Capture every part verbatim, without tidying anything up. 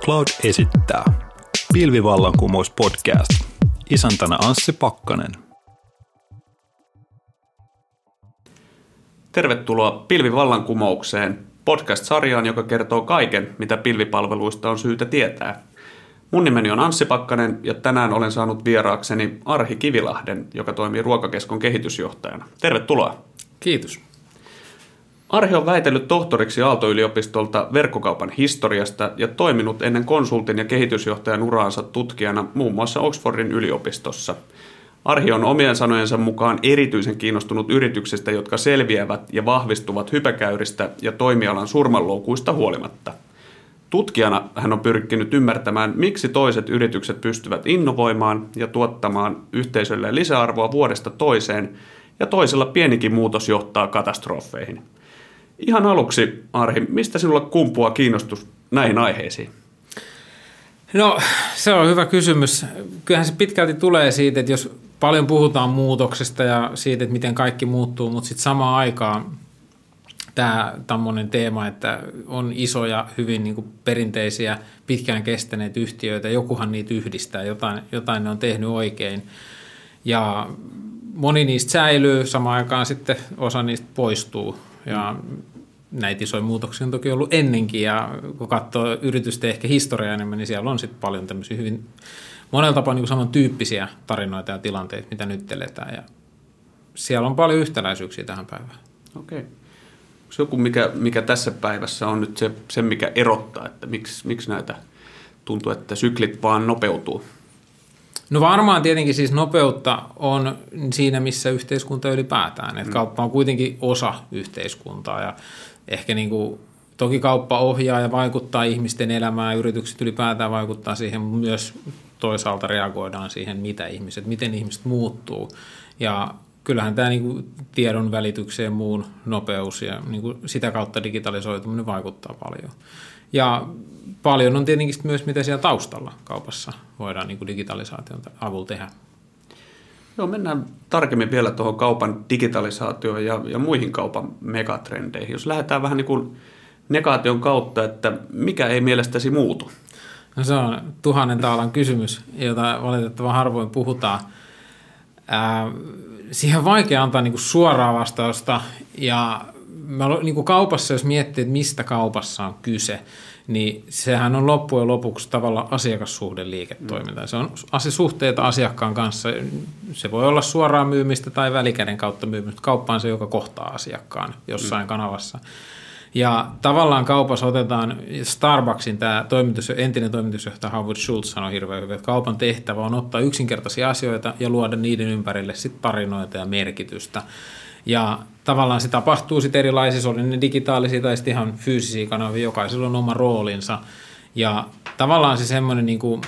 SoundCloud esittää Pilvivallankumous podcast. Isäntänä Anssi Pakkanen. Tervetuloa Pilvivallankumoukseen, podcast-sarjaan, joka kertoo kaiken, mitä pilvipalveluista on syytä tietää. Mun nimeni on Anssi Pakkanen ja tänään olen saanut vieraakseni Arhi Kivilahden, joka toimii Ruokakeskon kehitysjohtajana. Tervetuloa. Kiitos. Arhi on väitellyt tohtoriksi Aalto-yliopistolta verkkokaupan historiasta ja toiminut ennen konsultin ja kehitysjohtajan uraansa tutkijana muun muassa Oxfordin yliopistossa. Arhi on omien sanojensa mukaan erityisen kiinnostunut yrityksistä, jotka selviävät ja vahvistuvat hypäkäyristä ja toimialan surmanloukuista huolimatta. Tutkijana hän on pyrkinyt ymmärtämään, miksi toiset yritykset pystyvät innovoimaan ja tuottamaan yhteisölle lisäarvoa vuodesta toiseen, ja toisella pienikin muutos johtaa katastrofeihin. Ihan aluksi, Arhi, mistä sinulla kumpuaa kiinnostus näihin aiheisiin? No, se on hyvä kysymys. Kyllähän se pitkälti tulee siitä, että jos paljon puhutaan muutoksesta ja siitä, että miten kaikki muuttuu, mutta sitten samaan aikaan tämä tämmöinen teema, että on isoja, hyvin niin kuin perinteisiä, pitkään kestäneet yhtiöitä, jokuhan niitä yhdistää, jotain, jotain ne on tehnyt oikein. Ja moni niistä säilyy, samaan aikaan sitten osa niistä poistuu. Ja näitä isoja muutoksia on toki ollut ennenkin, ja kun katsoo yritysten ehkä historiaa enemmän, niin siellä on sitten paljon tämmöisiä hyvin monella tapaa niin kuin samantyyppisiä tarinoita ja tilanteita, mitä nyt eletään. Ja siellä on paljon yhtäläisyyksiä tähän päivään. Okei. Onko joku, mikä, mikä tässä päivässä on nyt se, se mikä erottaa, että miksi, miksi näitä tuntuu, että syklit vaan nopeutuu? No varmaan tietenkin siis nopeutta on siinä, missä yhteiskunta ylipäätään. Että kauppa on kuitenkin osa yhteiskuntaa ja ehkä niin kuin, toki kauppa ohjaa ja vaikuttaa ihmisten elämään, yritykset ylipäätään vaikuttaa siihen, mutta myös toisaalta reagoidaan siihen, mitä ihmiset, miten ihmiset muuttuu. Ja kyllähän tämä niin kuin tiedon välitykseen muun nopeus ja niin kuin sitä kautta digitalisoituminen vaikuttaa paljon. Ja paljon on tietenkin myös, mitä siellä taustalla kaupassa voidaan niin kuin digitalisaation avulla tehdä. Joo, mennään tarkemmin vielä tuohon kaupan digitalisaatioon ja, ja muihin kaupan megatrendeihin. Jos lähdetään vähän niin kuin negaation kautta, että mikä ei mielestäsi muutu? No se on tuhannen taalan kysymys, jota valitettavan harvoin puhutaan. Ää, siihen on vaikea antaa niin kuin suoraa vastausta, ja mä, niin kuin kaupassa, jos miettii, että mistä kaupassa on kyse, niin sehän on loppujen lopuksi tavallaan asiakassuhdeliiketoiminta. Mm. Se on suhteita asiakkaan kanssa. Se voi olla suoraan myymistä tai välikäden kautta myymistä. Kauppa on se, joka kohtaa asiakkaan jossain mm. kanavassa. Ja tavallaan kaupassa otetaan, Starbucksin tämä toimitus, entinen toimitusjohtaja Howard Schultz sanoi hirveän hyvin, että kaupan tehtävä on ottaa yksinkertaisia asioita ja luoda niiden ympärille sit tarinoita ja merkitystä. Ja tavallaan se tapahtuu sitten erilaisissa, oli ne digitaalisia tai sitten ihan fyysisiä kanavia, jokaisella on oma roolinsa. Ja tavallaan se semmoinen niin kuin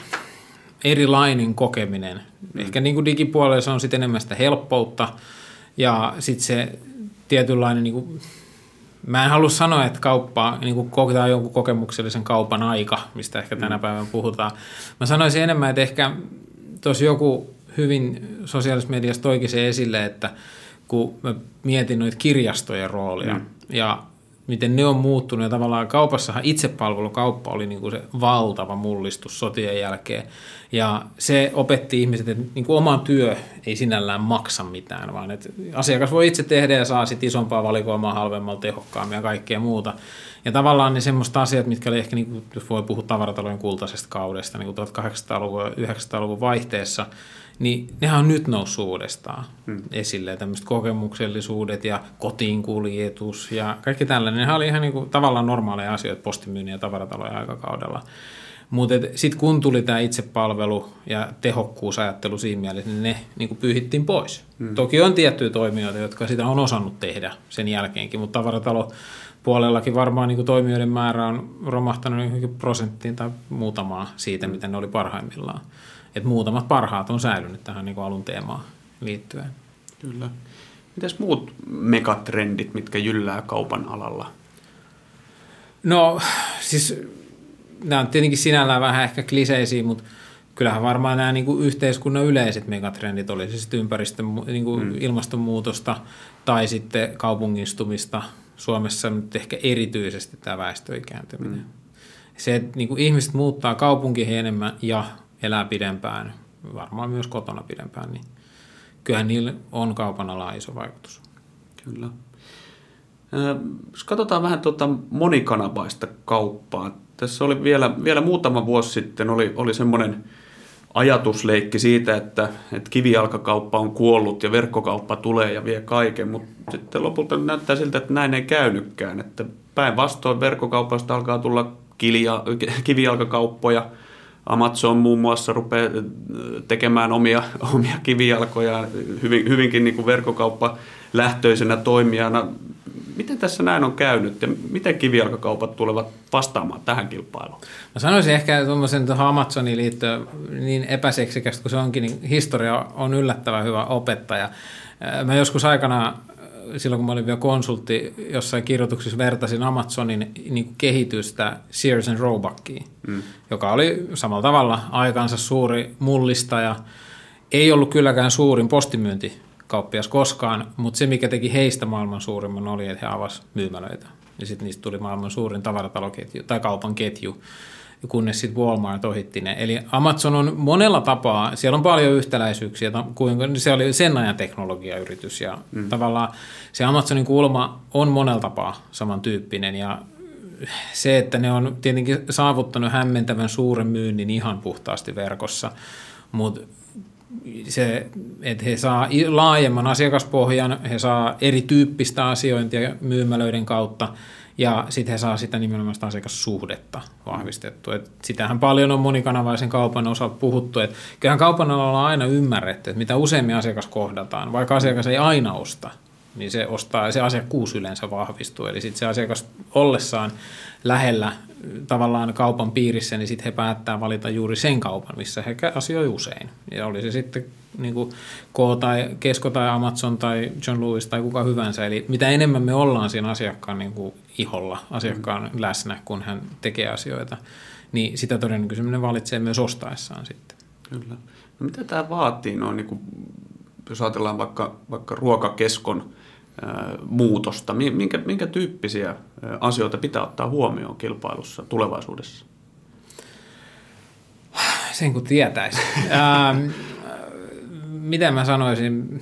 erilainen kokeminen. Mm. Ehkä niin kuin digipuolella se on sitten enemmän sitä helppoutta ja sitten se tietynlainen, niin kuin, mä en halua sanoa, että kauppa, niin kuin koketaan jonkun kokemuksellisen kaupan aika, mistä ehkä tänä mm. päivänä puhutaan. Mä sanoisin enemmän, että ehkä tuossa joku hyvin sosiaalisessa mediassa toikin se esille, että kun mä mietin noita kirjastojen roolia mm. ja miten ne on muuttunut. Ja tavallaan kaupassahan itsepalvelukauppa oli niin kuin se valtava mullistus sotien jälkeen. Ja se opetti ihmiset, että niin kuin oma työ ei sinällään maksa mitään, vaan että asiakas voi itse tehdä ja saa sitten isompaa valikoimaa halvemmalla, tehokkaammin ja kaikkea muuta. Ja tavallaan ne semmoiset asiat, mitkä oli ehkä, niin kuin, jos voi puhua tavaratalojen kultaisesta kaudesta, niin kuin tuhatkahdeksansataaluvun ja yhdeksänsataaluvun vaihteessa, niin nehän on nyt noussut uudestaan hmm. esille, tämmöiset kokemuksellisuudet ja kotiinkuljetus ja kaikki tällainen. Nehän oli ihan niin kuin tavallaan normaaleja asioita postimyynnin ja tavaratalojen aikakaudella. Mutta sitten kun tuli tämä itsepalvelu ja tehokkuusajattelu siinä mielessä, niin ne niin kuin pyyhittiin pois. Hmm. Toki on tiettyjä toimijoita, jotka sitä on osannut tehdä sen jälkeenkin, mutta tavaratalo puolellakin varmaan niin kuin toimijoiden määrä on romahtanut johonkin prosenttiin tai muutamaa siitä, hmm. miten ne oli parhaimmillaan. Että muutamat parhaat on säilynyt tähän niin kuin alun teemaan liittyen. Kyllä. Mitäs muut megatrendit, mitkä jyllää kaupan alalla? No siis nämä on tietenkin sinällään vähän ehkä kliseisiä, mutta kyllähän varmaan nämä niin kuin yhteiskunnan yleiset megatrendit oli siis ympäristön, niin kuin mm. ilmastonmuutosta tai sitten kaupungistumista. Suomessa nyt ehkä erityisesti tämä väestöikääntyminen. Mm. se, että niin kuin ihmiset muuttaa kaupunkiin enemmän ja elää pidempään, varmaan myös kotona pidempään, niin kyllähän niillä on kaupan alalla iso vaikutus. Kyllä. Jos katsotaan vähän tuota monikanavaista kauppaa. Tässä oli vielä, vielä muutama vuosi sitten oli, oli semmoinen ajatusleikki siitä, että, että kivijalkakauppa on kuollut ja verkkokauppa tulee ja vie kaiken, mutta sitten lopulta näyttää siltä, että näin ei käynytkään. Että päinvastoin verkkokaupasta alkaa tulla kilja, kivijalkakauppoja. Amazon muun muassa rupeaa tekemään omia, omia kivijalkoja hyvin, hyvinkin niin kuin verkkokauppalähtöisenä toimijana. Miten tässä näin on käynyt ja miten kivijalkakaupat tulevat vastaamaan tähän kilpailuun? Mä sanoisin ehkä tuommoisen tuohon Amazoniin liittyen niin epäseksikästä kuin se onkin, niin historia on yllättävän hyvä opettaja. Mä joskus aikana, silloin kun mä olin vielä konsultti, jossain kirjoituksissa vertasin Amazonin niin kuin kehitystä Sears and Roebuckiin, mm. joka oli samalla tavalla aikansa suuri mullistaja. Ei ollut kylläkään suurin postimyynti kauppias koskaan, mutta se, mikä teki heistä maailman suurimman, oli, että he avasivat myymälöitä. Ja sitten niistä tuli maailman suurin tavarataloketju tai kaupan ketju, kunnes sitten Walmart ohitti ne. Eli Amazon on monella tapaa, siellä on paljon yhtäläisyyksiä, kuinka se oli sen ajan teknologiayritys. Ja mm. tavallaan se Amazonin kulma on monella tapaa samantyyppinen. Ja se, että ne on tietenkin saavuttanut hämmentävän suuren myynnin ihan puhtaasti verkossa, mutta se, että he saa laajemman asiakaspohjan, he saa erityyppistä asiointia myymälöiden kautta ja sitten he saa sitä nimenomaan sitä asiakassuhdetta vahvistettua. Et sitähän paljon on monikanavaisen kaupan osalta puhuttu, että kyllähän kaupan alalla on aina ymmärretty, että mitä useammin asiakas kohdataan, vaikka asiakas ei aina osta, niin se ostaa ja se asiakkuus yleensä vahvistuu. Eli sitten se asiakas ollessaan lähellä tavallaan kaupan piirissä, niin sitten he päättää valita juuri sen kaupan, missä he asioi usein. Ja oli se sitten niin kuin K tai Kesko tai Amazon tai John Lewis tai kuka hyvänsä. Eli mitä enemmän me ollaan siinä asiakkaan niin kuin iholla, asiakkaan mm. läsnä, kun hän tekee asioita, niin sitä todennäköisesti ne valitsee myös ostaessaan sitten. Kyllä. No mitä tämä vaatii, no, niin kuin, jos ajatellaan vaikka, vaikka ruokakeskon muutosta. Minkä, minkä tyyppisiä asioita pitää ottaa huomioon kilpailussa tulevaisuudessa? Sen kun tietäisi. ähm, mitä mä sanoisin?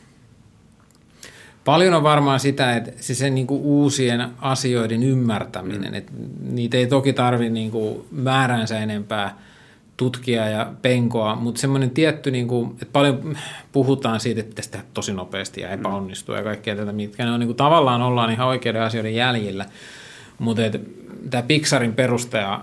Paljon on varmaan sitä, että se, se niinku uusien asioiden ymmärtäminen, mm. että niitä ei toki tarvitse niinku määränsä enempää tutkia ja penkoa, mutta semmoinen tietty, niin kuin, että paljon puhutaan siitä, että pitäisi tehdä tosi nopeasti ja epäonnistua ja kaikkea tätä, mitkä ne on niin kuin, tavallaan ollaan ihan oikeiden asioiden jäljillä, mutta tämä Pixarin perustaja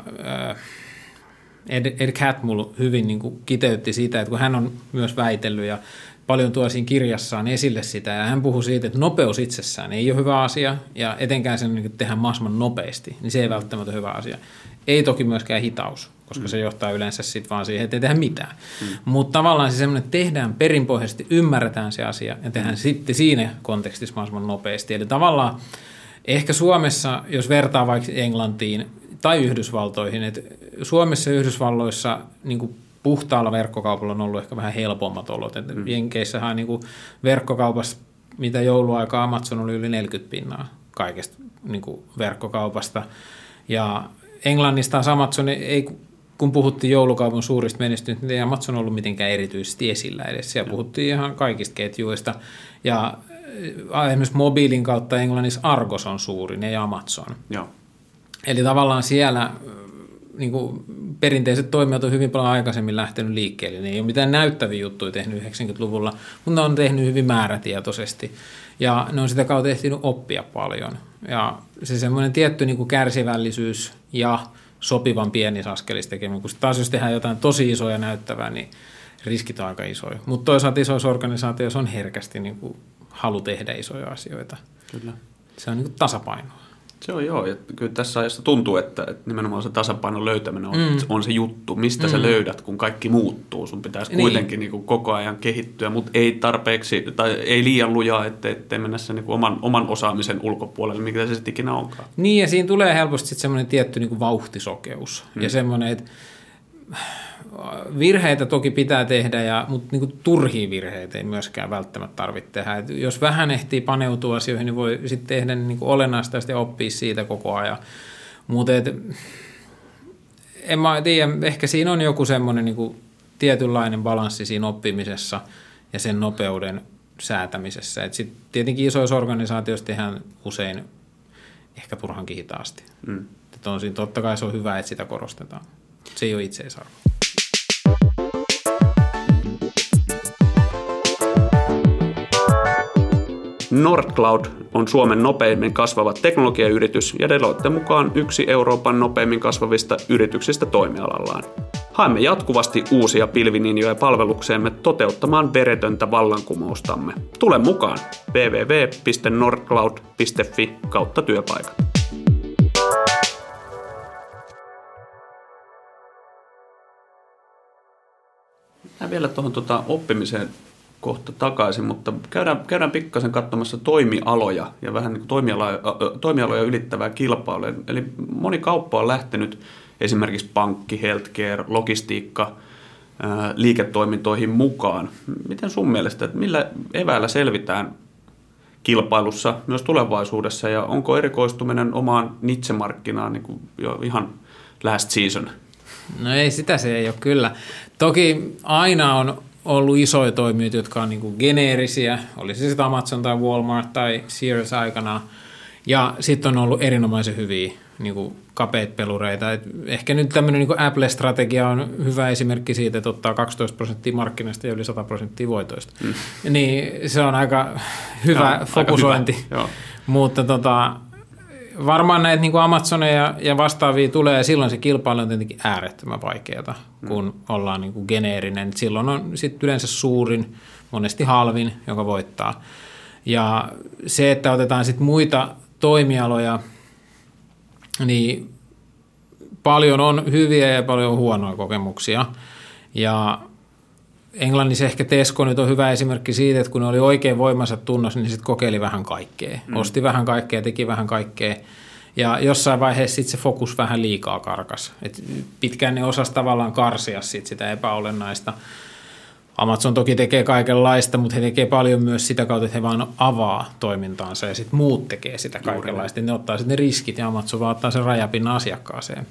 Ed, Ed Catmull hyvin niin kuin, kiteytti sitä, että kun hän on myös väitellyt ja paljon tuo siinä kirjassaan esille sitä, ja hän puhuu siitä, että nopeus itsessään ei ole hyvä asia, ja etenkään sen niin tehdään mahdollisimman nopeasti, niin se ei välttämättä ole hyvä asia. Ei toki myöskään hitaus, koska mm. se johtaa yleensä sitten vaan siihen, että ei tehdä mitään. Mm. Mutta tavallaan se semmoinen, että tehdään perinpohjaisesti, ymmärretään se asia, ja tehdään mm. sitten siinä kontekstissa mahdollisimman nopeasti. Eli tavallaan ehkä Suomessa, jos vertaa vaikka Englantiin tai Yhdysvaltoihin, että Suomessa ja Yhdysvalloissa niin kuin puhtaalla verkkokaupalla on ollut ehkä vähän helpommat olot. Mm. Jenkeissähän niin kuin verkkokaupassa, mitä jouluaikaa Amazon oli yli neljäkymmentä pinnaa kaikesta niin kuin verkkokaupasta. Ja Englannista Amazon ei, kun puhuttiin joulukaupan suurista menestynyt, niin ei Amazon ollut mitenkään erityisesti esillä edes. Siellä puhuttiin ihan kaikista ketjuista. Ja esimerkiksi mobiilin kautta Englannissa Argos on suurin, ei Amazon. Joo. Eli tavallaan siellä niin kuin perinteiset toimijat on hyvin paljon aikaisemmin lähtenyt liikkeelle. Ne ei ole mitään näyttäviä juttuja tehnyt yhdeksänkymmentäluvulla, mutta ne on tehnyt hyvin määrätietoisesti. Ja ne on sitä kautta ehtinyt oppia paljon. Ja se semmoinen tietty niin kuin kärsivällisyys ja sopivan pienissä askelissa tekeminen. Kun taas jos tehdään jotain tosi isoja näyttävää, niin riskit on aika isoja. Mutta toisaalta isoissa organisaatioissa on herkästi niin kuin halu tehdä isoja asioita. Kyllä. Se on niin kuin tasapainoa. Se on joo, ja kyllä tässä ajassa tuntuu, että, että nimenomaan se tasapainon löytäminen on, mm. on se juttu, mistä mm. sä löydät, kun kaikki muuttuu. Sun pitäisi niin. kuitenkin niin kuin koko ajan kehittyä, mutta ei tarpeeksi, tai ei liian lujaa, ettei, ettei mennä sen niin kuin oman, oman osaamisen ulkopuolelle, mikä se sitten ikinä onkaan. Niin, ja siinä tulee helposti sitten semmoinen tietty niin kuin vauhtisokeus, mm. ja semmoinen, että virheitä toki pitää tehdä, ja, mutta niin kuin turhia virheitä ei myöskään välttämättä tarvitse tehdä. Et jos vähän ehtii paneutua asioihin, niin voi sitten tehdä niin kuin olennaista ja oppia siitä koko ajan. Mutta en mä tiedä, ehkä siinä on joku semmoinen niin kuin tietynlainen balanssi siinä oppimisessa ja sen nopeuden säätämisessä. Et sit tietenkin isoissa organisaatioissa tehdään usein ehkä turhankin hitaasti. Mm. Et on siinä, totta kai se on hyvä, että sitä korostetaan. Se ei ole itseisarvo. Nordcloud on Suomen nopeimmin kasvava teknologiayritys ja Deloitten mukaan yksi Euroopan nopeimmin kasvavista yrityksistä toimialallaan. Haemme jatkuvasti uusia pilvilinjoja palvelukseemme toteuttamaan veretöntä vallankumoustamme. Tule mukaan double-u double-u double-u piste nordcloud piste f i kautta työpaikat. Mä vielä tuohon tuota oppimiseen kohta takaisin, mutta käydään, käydään pikkasen katsomassa toimialoja ja vähän niin kuin toimialoja, toimialoja ylittävää kilpailua. Eli moni kauppa on lähtenyt esimerkiksi pankki, healthcare, logistiikka, liiketoimintoihin mukaan. Miten sun mielestä, että millä eväillä selvitään kilpailussa myös tulevaisuudessa ja onko erikoistuminen omaan niche-markkinaan niin kuin jo ihan last season? No ei, sitä se ei ole kyllä. Toki aina on ollut isoja toimijoita, jotka on niin kuin geneerisiä, oli se sitten Amazon tai Walmart tai Sears aikanaan, ja sitten on ollut erinomaisen hyviä niin kuin kapeita pelureita. Et ehkä nyt tämmöinen niin kuin Apple-strategia on hyvä esimerkki siitä, että ottaa kaksitoista prosenttia markkinasta ja yli sata prosenttia voitoista. Mm. Niin se on aika hyvä ja, fokusointi, aika hyvä. Mutta tota, varmaan näitä niin kuin Amazoneja ja vastaavia tulee, ja silloin se kilpailu on tietenkin äärettömän vaikeaa, kun mm. ollaan niin kuin geneerinen. Silloin on sit yleensä suurin, monesti halvin, joka voittaa. Ja se, että otetaan sitten muita toimialoja, niin paljon on hyviä ja paljon on huonoja kokemuksia. Ja Englannissa ehkä Tesco nyt on hyvä esimerkki siitä, että kun ne oli oikein voimansa tunnossa, niin sitten kokeili vähän kaikkea. Mm. Osti vähän kaikkea, teki vähän kaikkea. Ja jossain vaiheessa sitten se fokus vähän liikaa karkas. Et pitkään ne osasi tavallaan karsia sit sitä epäolennaista. Amazon toki tekee kaikenlaista, mutta he tekee paljon myös sitä kautta, että he vaan avaa toimintaansa ja sitten muut tekee sitä kaikenlaista. Juuri. Ne ottaa sitten ne riskit ja Amazon vaan ottaa sen rajapinnan asiakkaaseen.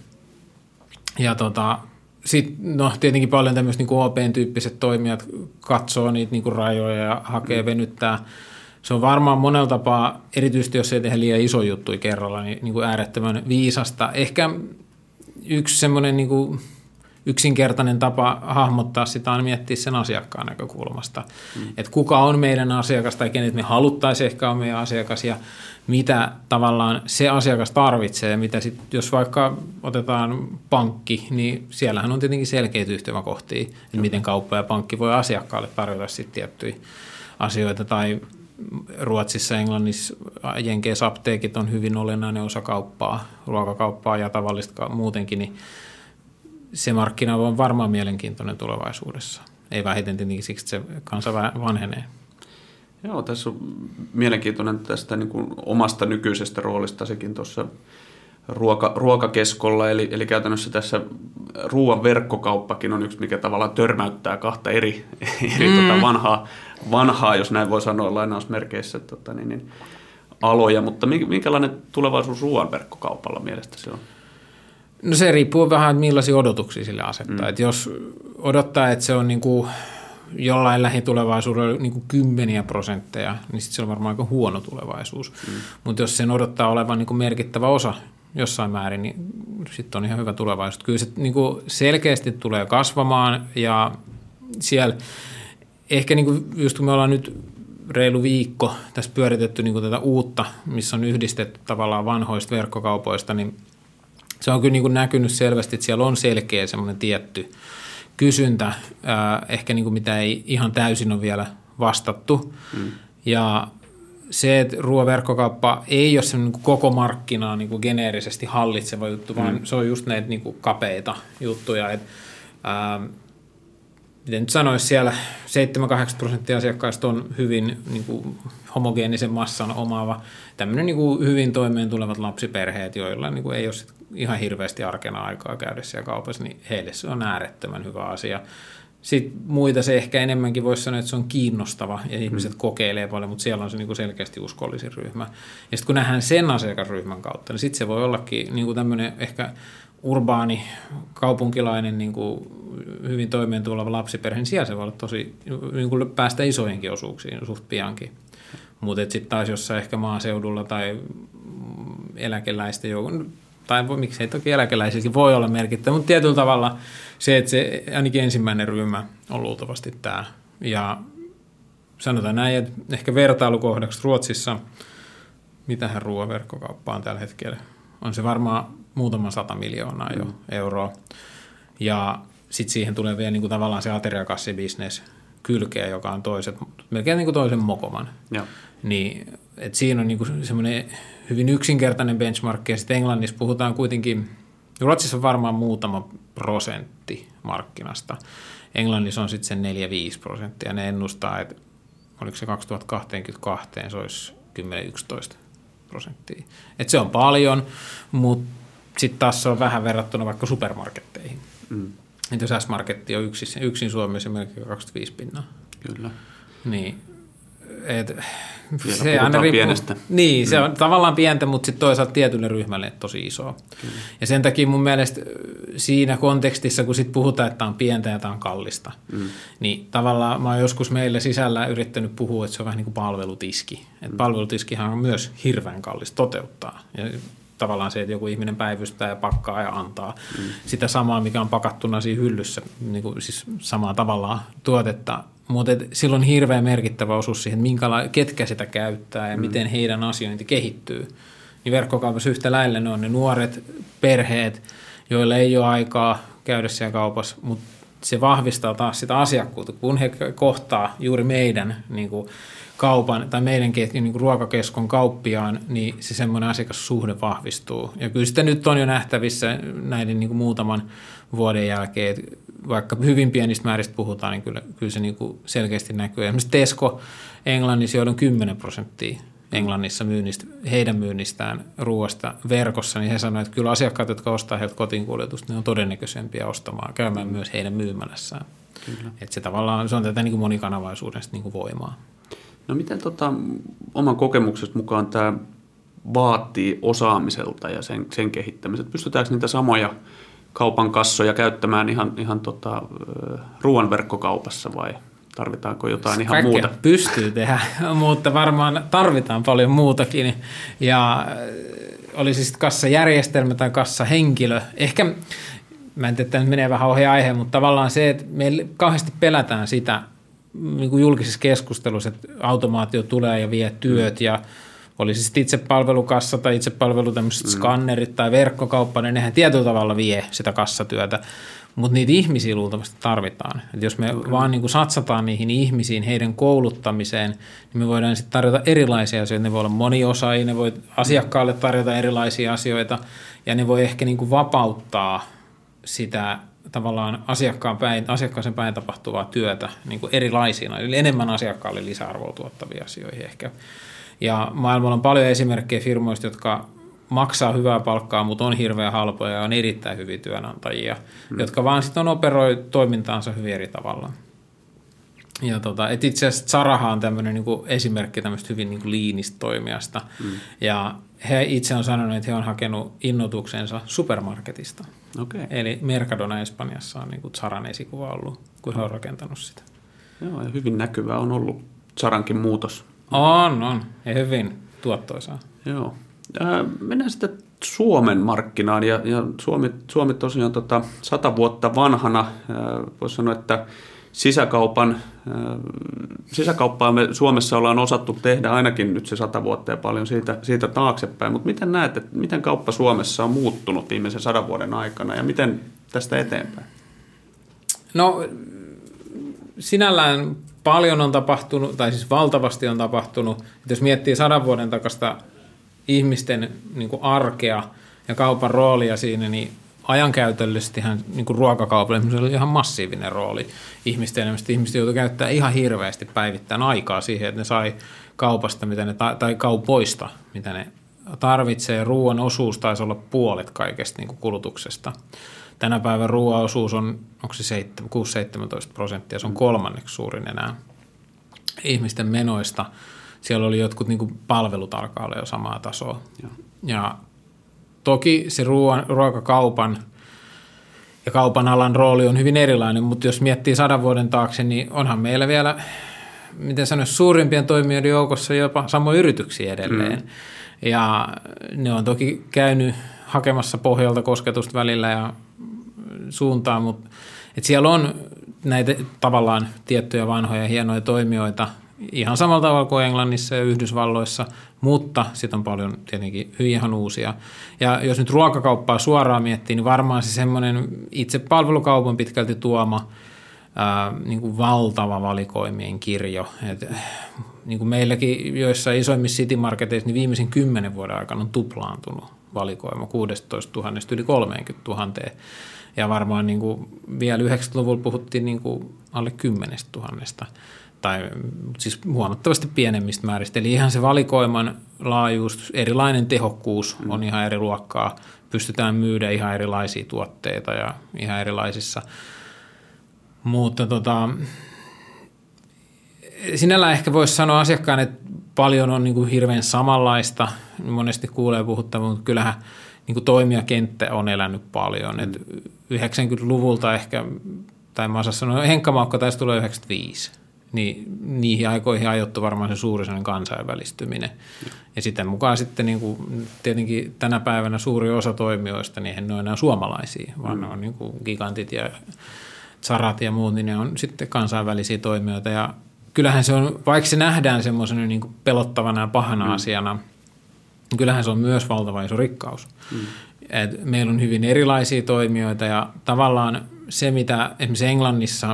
Ja tota, sitten no, tietenkin paljon tämmöiset niin O P-tyyppiset toimijat katsoo niitä niin kuin rajoja ja hakee, mm. venyttää. Se on varmaan monella tapaa, erityisesti jos ei tehdä liian iso juttuja kerralla, niin, niin kuin äärettömän viisasta. Ehkä yksi semmoinen niin kuin yksinkertainen tapa hahmottaa sitä on miettiä sen asiakkaan näkökulmasta. Mm. Että kuka on meidän asiakas tai kenet me haluttaisiin ehkä on meidän asiakas ja mitä tavallaan se asiakas tarvitsee. Mitä sit, jos vaikka otetaan pankki, niin siellähän on tietenkin selkeitä yhtymäkohtia, että miten kauppa ja pankki voi asiakkaalle tarjota sitten tiettyjä asioita. Tai Ruotsissa, Englannissa, Jenkeissä apteekit on hyvin olennainen osa kauppaa, ruokakauppaa ja tavallista muutenkin, niin se markkina on varmaan mielenkiintoinen tulevaisuudessa. Ei vähiten tietenkin siksi, että se kansa vanhenee. Joo, tässä on mielenkiintoinen tästä niin kuin omasta nykyisestä roolista sekin tuossa ruoka, ruokakeskolla. Eli, eli käytännössä tässä ruoan verkkokauppakin on yksi, mikä tavallaan törmäyttää kahta eri, eri mm. tota vanhaa, vanhaa, jos näin voi sanoa lainausmerkeissä, tota, niin, niin, aloja. Mutta minkälainen tulevaisuus ruoan verkkokaupalla mielestäsi on? No se riippuu vähän, että millaisia odotuksia sille asettaa. Mm. Et jos odottaa, että se on niin kuin jollain lähitulevaisuudella niin kuin kymmeniä prosentteja, niin sitten se on varmaan aika huono tulevaisuus. Mm. Mutta jos sen odottaa olevan niin kuin merkittävä osa jossain määrin, niin sitten on ihan hyvä tulevaisuus. Kyllä se niin kuin selkeästi tulee kasvamaan ja siellä ehkä niin kuin just kun me ollaan nyt reilu viikko tässä pyöritetty niin kuin tätä uutta, missä on yhdistetty tavallaan vanhoista verkkokaupoista, niin se on kyllä niin kuin näkynyt selvästi, että siellä on selkeä semmoinen tietty kysyntä, ehkä niin kuin mitä ei ihan täysin ole vielä vastattu. Mm. Ja se, että ruoaverkkokauppa ei ole semmoinen niin kuin koko markkinaa niin kuin geneerisesti hallitseva juttu, mm. vaan se on just näitä niin kuin kapeita juttuja. Et, ää, miten nyt sanoisi, siellä seitsemän kahdeksan prosenttia asiakkaista on hyvin niin kuin homogeenisen massan omaava. Tämmöinen niin kuin hyvin toimeen tulevat lapsiperheet, joilla niin kuin ei ole sit ihan hirveästi arkena aikaa käydä siellä kaupassa, niin heille se on äärettömän hyvä asia. Sitten muita se ehkä enemmänkin voisi sanoa, että se on kiinnostava ja ihmiset mm. kokeilee paljon, mutta siellä on se niin kuin selkeästi uskollisin ryhmä. Ja sitten kun nähdään sen asiakasryhmän kautta, niin sitten se voi ollakin niin kuin tämmöinen ehkä urbaani, kaupunkilainen, niin kuin hyvin toimeen tuleva lapsiperheen sijaan se voi olla tosi, niin kuin päästä isoihinkin osuuksiin suht piankin. Mutta sitten taas jossain ehkä maaseudulla tai eläkeläisten joukon, tai miksei toki eläkeläisiäkin voi olla merkittävä, mutta tietyllä tavalla se, että se ainakin ensimmäinen ryhmä on luultavasti tämä. Ja sanotaan näin, että ehkä vertailukohdaksi Ruotsissa, mitähän ruoaverkkokauppa on tällä hetkellä, on se varmaan muutama sata miljoonaa jo mm. euroa. Ja sitten siihen tulee vielä niin kuin tavallaan se ateriakassibisnes kylkeä, joka on toiset, melkein niin kuin toisen mokoman. Ja. Niin, et siinä on niin kuin semmoinen hyvin yksinkertainen benchmark, ja sitten Englannissa puhutaan kuitenkin, Ruotsissa on varmaan muutama prosentti markkinasta. Englannissa on sitten sen neljä viisi prosenttia. Ne ennustaa, että oliko se kaksituhattakaksikymmentäkaksi, se olisi kymmenen yksitoista prosenttia. Et se on paljon, mutta sitten taas se on vähän verrattuna vaikka supermarketteihin. Mm. Et jos S-marketti on yksin, yksin Suomessa melkein kaksikymmentäviisi pinnaa. Kyllä. Niin, et, se aina riippuu, pienestä. Niin, se on mm. tavallaan pientä, mutta sitten toisaalta tietylle ryhmälle tosi isoa. Kyllä. Ja sen takia mun mielestä siinä kontekstissa, kun sit puhutaan, että tämä on pientä ja tämä on kallista, mm. niin tavallaan mä oon joskus meillä sisällä yrittänyt puhua, että se on vähän niin kuin palvelutiski. Mm. Palvelutiskihan on myös hirveän kallista toteuttaa. Ja tavallaan se, että joku ihminen päivystää ja pakkaa ja antaa mm. sitä samaa, mikä on pakattuna siinä hyllyssä, niin kuin siis samaa tavallaan tuotetta. Mutta silloin on hirveän merkittävä osuus siihen, minkäla- ketkä sitä käyttää ja mm. miten heidän asiointi kehittyy. Niin verkkokaupassa yhtä lailla ne on ne nuoret perheet, joilla ei ole aikaa käydä siellä kaupassa, mutta se vahvistaa taas sitä asiakkuutta. Kun he kohtaa juuri meidän niin kuin kaupan tai meidän niin kuin ruokakeskon kauppiaan, niin se semmoinen asiakassuhde vahvistuu. Ja kyllä sitä nyt on jo nähtävissä näiden niin kuin muutaman vuoden jälkeen, että vaikka hyvin pienistä määristä puhutaan, niin kyllä, kyllä se niin kuin selkeästi näkyy. Esimerkiksi Tesco Englannissa, joilla on kymmenen prosenttia Englannissa myynnistä, heidän myynnistään ruoasta verkossa, niin he sanoivat, että kyllä asiakkaat, jotka ostaa heiltä kotiinkuljetusta, ne on todennäköisempiä ostamaan, käymään mm. myös heidän myymälässään. Kyllä. Että se tavallaan se on tätä niin kuin monikanavaisuuden niin kuin voimaa. No miten tota, oman kokemuksesta mukaan tämä vaatii osaamiselta ja sen, sen kehittämiseltä? Pystytäänkö niitä samoja kaupan kassoja käyttämään ihan, ihan tota, ruoan verkkokaupassa vai tarvitaanko jotain ihan Kaikkea muuta? Pystyy tehdä, mutta varmaan tarvitaan paljon muutakin. Ja oli se sitten kassajärjestelmä tai kassahenkilö. Ehkä, mä en tiedä, että nyt menee vähän ohi aiheen, mutta tavallaan se, että me kauheasti pelätään sitä niin kuin julkisessa keskustelussa, että automaatio tulee ja vie työt mm. ja oli se sitten itsepalvelukassa tai itsepalvelu tämmöiset mm. skannerit tai verkkokauppa, niin nehän tietyllä tavalla vie sitä kassatyötä, mutta niitä ihmisiä luultavasti tarvitaan. Et jos me mm. vaan niin kuin satsataan niihin ihmisiin, heidän kouluttamiseen, niin me voidaan sitten tarjota erilaisia asioita. Ne voi olla moniosaajia, ne voi asiakkaalle tarjota erilaisia asioita ja ne voi ehkä niin kuin vapauttaa sitä tavallaan asiakkaan päin, asiakkaisen päin tapahtuvaa työtä niin kuin erilaisina, eli enemmän asiakkaalle lisäarvoa tuottavia asioihin ehkä. Ja maailmalla on paljon esimerkkejä firmoista, jotka maksaa hyvää palkkaa, mutta on hirveän halpoja ja on erittäin hyviä työnantajia, mm. jotka vaan sitten operoi toimintaansa hyvin eri tavalla. Ja tota, et itse asiassa Zarahan on tämmöinen niin kuin esimerkki tämmöistä hyvin niin kuin liinistä toimijasta. Mm. Ja he itse on sanonut, että he on hakenut innotuksensa supermarketista. Okay. Eli Mercadona Espanjassa on niin kuin Zaran esikuva ollut, kun he on rakentanut sitä. Joo, ja hyvin näkyvää on ollut Zarankin muutos. On, on. Ja hyvin tuottoisaa. Joo. Äh, mennään sitten Suomen markkinaan. Ja, ja Suomi, Suomi tosiaan tota, sata vuotta vanhana. Äh, voisi sanoa, että sisäkaupan, äh, sisäkauppaa me Suomessa ollaan osattu tehdä ainakin nyt se sata vuotta ja paljon siitä, siitä taaksepäin. Mutta miten näet, että miten kauppa Suomessa on muuttunut viimeisen sadan vuoden aikana ja miten tästä eteenpäin? No sinällään paljon on tapahtunut, tai siis valtavasti on tapahtunut. Että jos miettii sadan vuoden takasta ihmisten niin kuin arkea ja kaupan roolia siinä, niin ajankäytöllisestihän niin kuin ruokakaupalla oli ihan massiivinen rooli ihmisten. Ihmiset joutui käyttämään ihan hirveästi päivittäin aikaa siihen, että ne sai kaupasta mitä ne, tai kaupoista, mitä ne tarvitsee. Ruoan osuus taisi olla puolet kaikesta niin kuin kulutuksesta. Tänä päivän ruoan osuus on, onko se kuusi seitsemäntoista prosenttia, se on kolmanneksi suurin enää ihmisten menoista. Siellä oli jotkut niin kuin palvelut alkaa olla jo samaa tasoa. Ja, ja toki se ruoan, ruokakaupan ja kaupan alan rooli on hyvin erilainen, mutta jos miettii sadan vuoden taakse, niin onhan meillä vielä, miten sanoisi, suurimpien toimijoiden joukossa jopa samoja yrityksiä edelleen. Mm. Ja ne on toki käynyt hakemassa pohjalta kosketusta välillä ja suuntaan, mutta et siellä on näitä tavallaan tiettyjä vanhoja hienoja toimijoita ihan samalla tavalla kuin Englannissa ja Yhdysvalloissa, mutta sitten on paljon tietenkin ihan uusia. Ja jos nyt ruokakauppaa suoraan miettii, niin varmaan se semmoinen itse palvelukaupan pitkälti tuoma ää, niin kuin valtava valikoimien kirjo. Et, niin kuin meilläkin joissain isoimmissa citymarketeissa, niin viimeisen kymmenen vuoden aikana on tuplaantunut valikoima kuusitoista tuhatta yli kolmekymmentätuhatta. Ja varmaan niin kuin vielä yhdeksänkymmentäluvulla puhuttiin niin kuin alle kymmenestä tuhannesta. Tai siis huomattavasti pienemmistä määristä. Eli ihan se valikoiman laajuus, erilainen tehokkuus on ihan eri luokkaa. Pystytään myydä ihan erilaisia tuotteita ja ihan erilaisissa. Mutta tota, sinällään ehkä voisi sanoa asiakkaan, että paljon on niin kuin hirveän samanlaista. Monesti kuulee puhuttavan, mutta kyllähän niin kuin toimijakenttä on elänyt paljon. Mm. Et yhdeksänkymmentäluvulta ehkä, tai mä osaan sanoa, Henkka-Maukka taisi tulla yhdeksänkymmentäviisi. Niin niihin aikoihin ajoittu varmaan se suuri kansainvälistyminen. Ja, ja sitten mukaan sitten niin kuin, tietenkin tänä päivänä suuri osa toimijoista, niin ne on enää suomalaisia, vaan mm. ne on niin kuin gigantit ja Zarat ja muut, niin ne on sitten kansainvälisiä toimijoita. Ja kyllähän se on, vaikka se nähdään semmoisena niin kuin pelottavana ja pahana mm. asiana, niin kyllähän se on myös valtava iso rikkaus. Mm. Et meillä on hyvin erilaisia toimijoita ja tavallaan se, mitä esimerkiksi Englannissa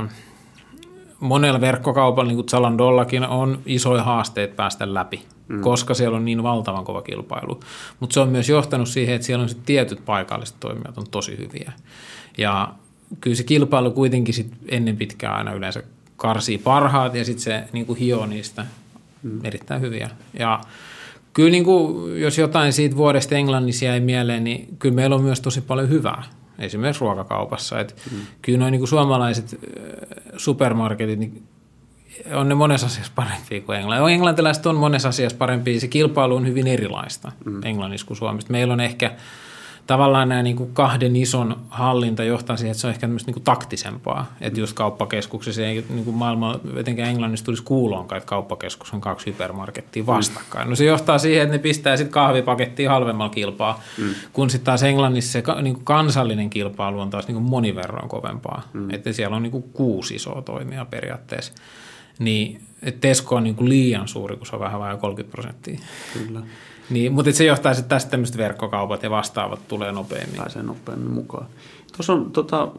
monella verkkokaupalla, niin kuin Zalandollakin, on isoja haasteita päästä läpi, mm. koska siellä on niin valtavan kova kilpailu. Mutta se on myös johtanut siihen, että siellä on sit tietyt paikalliset toimijat on tosi hyviä. Ja kyllä se kilpailu kuitenkin sit ennen pitkään aina yleensä karsii parhaat ja sitten se niin kuin hioo niistä mm. erittäin hyviä. Ja kyllä niin kuin, jos jotain siitä vuodesta Englannissa jäi mieleen, niin kyllä meillä on myös tosi paljon hyvää. Esimerkiksi ruokakaupassa. Että mm. kyllä nuo niin supermarketit supermarketit, niin on ne monessa asiassa parempia kuin englantilaiset. Englantilaiset on monessa asiassa parempia. Se kilpailu on hyvin erilaista mm. Englannissa kuin Suomessa. Meillä on ehkä tavallaan nämä niin kuin kahden ison hallinta johtaa siihen, että se on ehkä niin kuin taktisempaa. Mm. Että just kauppakeskuksessa ei niin kuin maailmalla, etenkään Englannissa tulisi kuuloonkaan, että kauppakeskus on kaksi hypermarkettia vastakkain. Mm. No se johtaa siihen, että ne pistää sitten kahvipakettia halvemmalla kilpaa, mm. kun sitten taas Englannissa se niin kuin kansallinen kilpailu on taas niin kuin moniverroin kovempaa. Mm. Että siellä on niin kuin kuusi isoa toimijaa periaatteessa. Niin, että Tesco on niin kuin liian suuri, kun se on vähän vajaa kolmekymmentä prosenttia. Kyllä. Niin, mutta se johtaa sitten tästä tämmöiset verkkokaupat ja vastaavat tulee nopeammin. Pääsee nopeammin mukaan. Tuossa on, tota,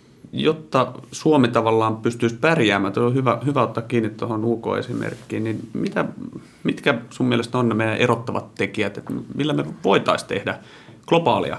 jotta Suomi tavallaan pystyisi pärjäämään, on hyvä, hyvä ottaa kiinni tuohon U K-esimerkkiin, niin mitä, mitkä sun mielestä on ne meidän erottavat tekijät, että millä me voitaisiin tehdä globaalia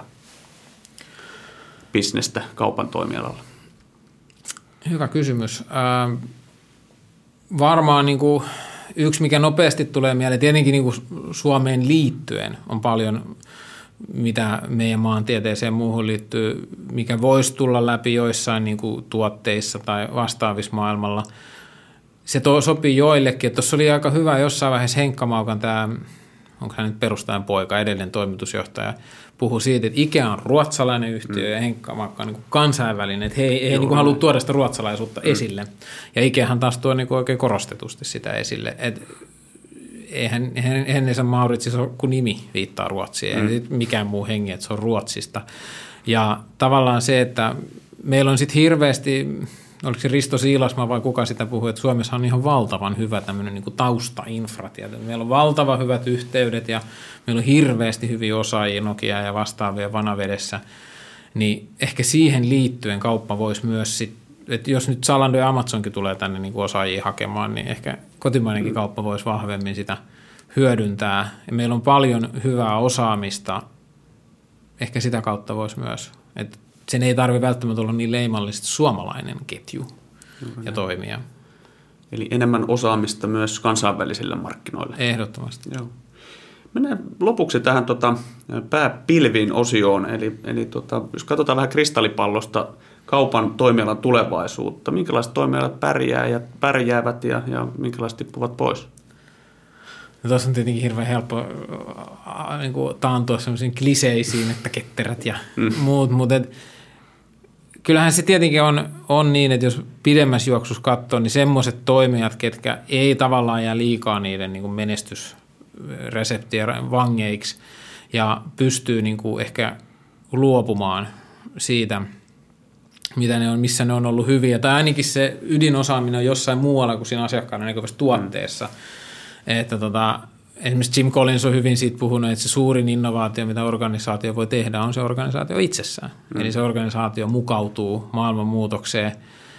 bisnestä kaupan toimialalla? Hyvä kysymys. Äh, varmaan niin kuin yksi, mikä nopeasti tulee mieleen, tietenkin niin kuin Suomeen liittyen on paljon, mitä meidän maantieteeseen muuhun liittyy, mikä voisi tulla läpi joissain niin kuin tuotteissa tai vastaavissa maailmalla. Se to, sopii joillekin. Tuossa oli aika hyvä jossain vaiheessa Henkka-Maukan tämä, onko hän nyt perustajan poika, edellinen toimitusjohtaja, puhui siitä, että IKEA on ruotsalainen yhtiö mm. ja Henkka-Maukka on niin kuin kansainvälinen, että he ei, he niin kuin halua tuoda sitä ruotsalaisuutta mm. esille. Ja IKEAhan taas tuo niin kuin oikein korostetusti sitä esille. Et eihän Hennes Mauritsis ole, kun nimi viittaa Ruotsiin, mm. ei mikään muu hengi, että se on Ruotsista. Ja tavallaan se, että meillä on sitten hirveästi, oliko se Risto Siilasma vai kuka sitä puhui, että Suomessa on ihan valtavan hyvä tämmöinen niin kuin taustainfrat. Meillä on valtavan hyvät yhteydet ja meillä on hirveästi hyviä osaajia Nokia ja vastaavia Vanavedessä. Niin ehkä siihen liittyen kauppa voisi myös sitten, että jos nyt Zalando ja Amazonkin tulee tänne niin kuin osaajia hakemaan, niin ehkä kotimainenkin kauppa voisi vahvemmin sitä hyödyntää. Ja meillä on paljon hyvää osaamista, ehkä sitä kautta voisi myös, että sen ei tarvitse välttämättä olla niin leimallisesti suomalainen ketju Kyllä. ja toimia. Eli enemmän osaamista myös kansainvälisille markkinoille. Ehdottomasti. Joo. Mennään lopuksi tähän tota, pääpilviin osioon, eli, eli tota, jos katsotaan vähän kristallipallosta kaupan toimialan tulevaisuutta, minkälaiset toimialat pärjää ja pärjäävät ja, ja minkälaiset tippuvat pois? No, tuossa on tietenkin hirveän helppo äh, niin kuin taantua sellaisiin kliseisiin, että ketterät ja mm. muut, mutta et, kyllähän se tietenkin on, on niin, että jos pidemmässä juoksussa katsoo, niin semmoiset toimijat, ketkä ei tavallaan jää liikaa niiden niin kuin menestysreseptien vangeiksi ja pystyy niin kuin ehkä luopumaan siitä, mitä ne on, missä ne on ollut hyviä. Tai ainakin se ydinosaaminen on jossain muualla kuin siinä asiakkaana näkyvässä tuotteessa. Mm. Että tota, esimerkiksi Jim Collins on hyvin siitä puhunut, että se suurin innovaatio, mitä organisaatio voi tehdä, on se organisaatio itsessään. Mm. Eli se organisaatio mukautuu maailman muutokseen.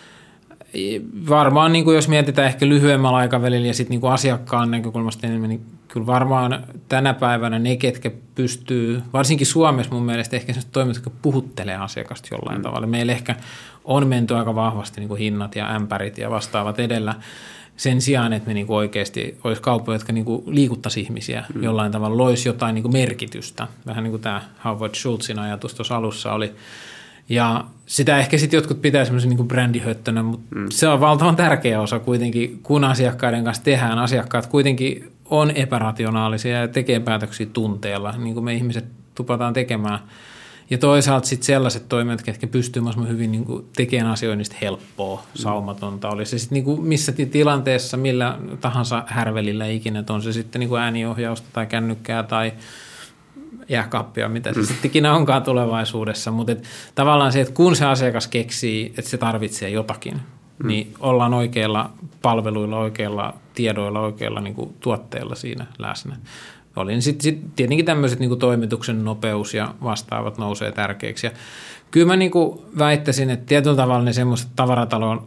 Varmaan, niin kuin jos mietitään ehkä lyhyemmällä aikavälillä ja sitten niin kuin asiakkaan näkökulmasta enemmän, niin kyllä varmaan tänä päivänä ne, ketkä pystyy, varsinkin Suomessa mun mielestä ehkä sellaiset toimijat, jotka puhuttelee asiakasta jollain mm. tavalla. Meillä ehkä on menty aika vahvasti niin kuin hinnat ja ämpärit ja vastaavat edellä sen sijaan, että me niin kuin oikeasti olisi kauppoja, jotka niin kuin liikuttaisi ihmisiä mm. jollain tavalla, loisi jotain niin kuin merkitystä. Vähän niin kuin tämä Howard Schultzin ajatus tuossa alussa oli. Ja sitä ehkä sitten jotkut pitää semmoisen niin kuin brändihöttönä, mutta mm. se on valtavan tärkeä osa kuitenkin, kun asiakkaiden kanssa tehdään. Asiakkaat kuitenkin on epärationaalisia ja tekee päätöksiä tunteella, niin kuin me ihmiset tupataan tekemään. Ja toisaalta sitten sellaiset toimijat, jotka pystyy mahdollisimman hyvin niin kuin tekemään asioinnista helppoa, saumatonta. Oli se sitten niin kuin missä tilanteessa, millä tahansa härvelillä ikinä, että on se sitten niin kuin ääniohjausta tai kännykkää tai jääkaappia, mitä se mm. sittenkin onkaan tulevaisuudessa. Mutta tavallaan se, että kun se asiakas keksii, että se tarvitsee jotakin, mm. niin ollaan oikeilla palveluilla, oikeilla tiedoilla, oikeilla niin kuin tuotteilla siinä läsnä. Oli sitten sit tietenkin tämmöiset niin kuin toimituksen nopeus ja vastaavat nousee tärkeiksi. Ja kyllä mä niin kuin väittäisin, että tietyllä tavalla ne semmoiset tavaratalon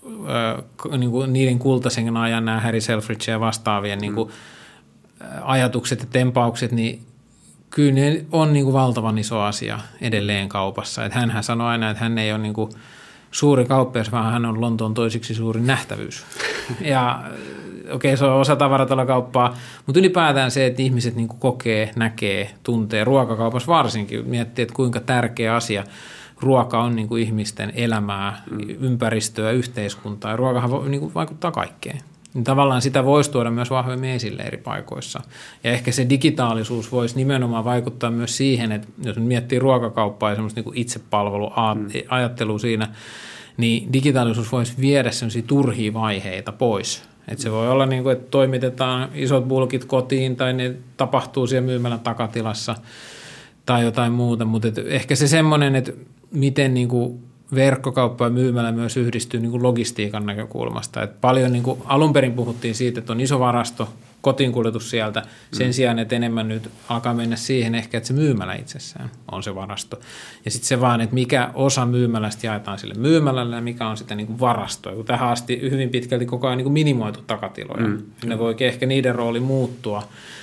äh, niin kuin niiden kultaisen ajan nämä Harry Selfridge ja vastaavien mm. niin kuin, äh, ajatukset ja tempaukset, niin kyllä ne on niin kuin valtavan iso asia edelleen kaupassa. Että hänhän sanoi aina, että hän ei ole niin kuin suuri kauppias, vaan hän on Lontoon toisiksi suurin nähtävyys. Ja okei, okay, se on osa tavaratalokauppaa, mutta ylipäätään se, että ihmiset niin kuin kokee, näkee, tuntee, ruokakaupassa varsinkin, miettii, että kuinka tärkeä asia ruoka on niin kuin ihmisten elämää, mm. ympäristöä, yhteiskuntaa, ja ruokahan voi, niin kuin vaikuttaa kaikkeen. Niin tavallaan sitä voisi tuoda myös vahvemmin esille eri paikoissa. Ja ehkä se digitaalisuus voisi nimenomaan vaikuttaa myös siihen, että jos miettii ruokakauppaa ja semmoista niin kuin itsepalveluajattelua siinä, niin digitaalisuus voisi viedä semmoisia turhia vaiheita pois. Että se voi olla niin kuin, että toimitetaan isot bulkit kotiin tai ne tapahtuu siellä myymälän takatilassa tai jotain muuta, mutta ehkä se semmoinen, että miten niin kuin verkkokauppa ja myymälä myös yhdistyy niin kuin logistiikan näkökulmasta. Että paljon niin kuin alun perin puhuttiin siitä, että on iso varasto, kotiinkuljetus sieltä, sen mm. sijaan, että enemmän nyt alkaa mennä siihen ehkä, että se myymälä itsessään on se varasto. Ja sitten se vaan, että mikä osa myymälästä jaetaan sille myymälälle ja mikä on sitten niin kuin varastoa. Kun tähän asti hyvin pitkälti koko ajan niin kuin minimoitu takatiloja. Mm. Ne voi ehkä niiden rooli muuttua.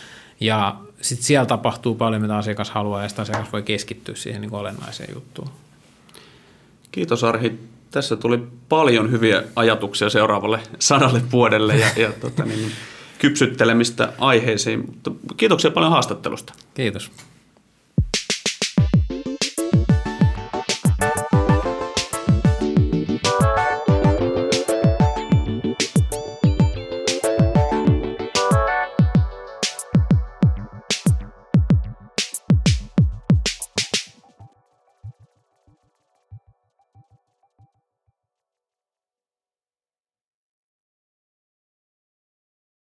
Ja sitten siellä tapahtuu paljon, mitä asiakas haluaa ja sitten asiakas voi keskittyä siihen niin kuin olennaiseen juttuun. Kiitos Arhi. Tässä tuli paljon hyviä ajatuksia seuraavalle sadalle vuodelle ja, ja tota, niin, kypsyttelemistä aiheisiin. Kiitoksia paljon haastattelusta. Kiitos.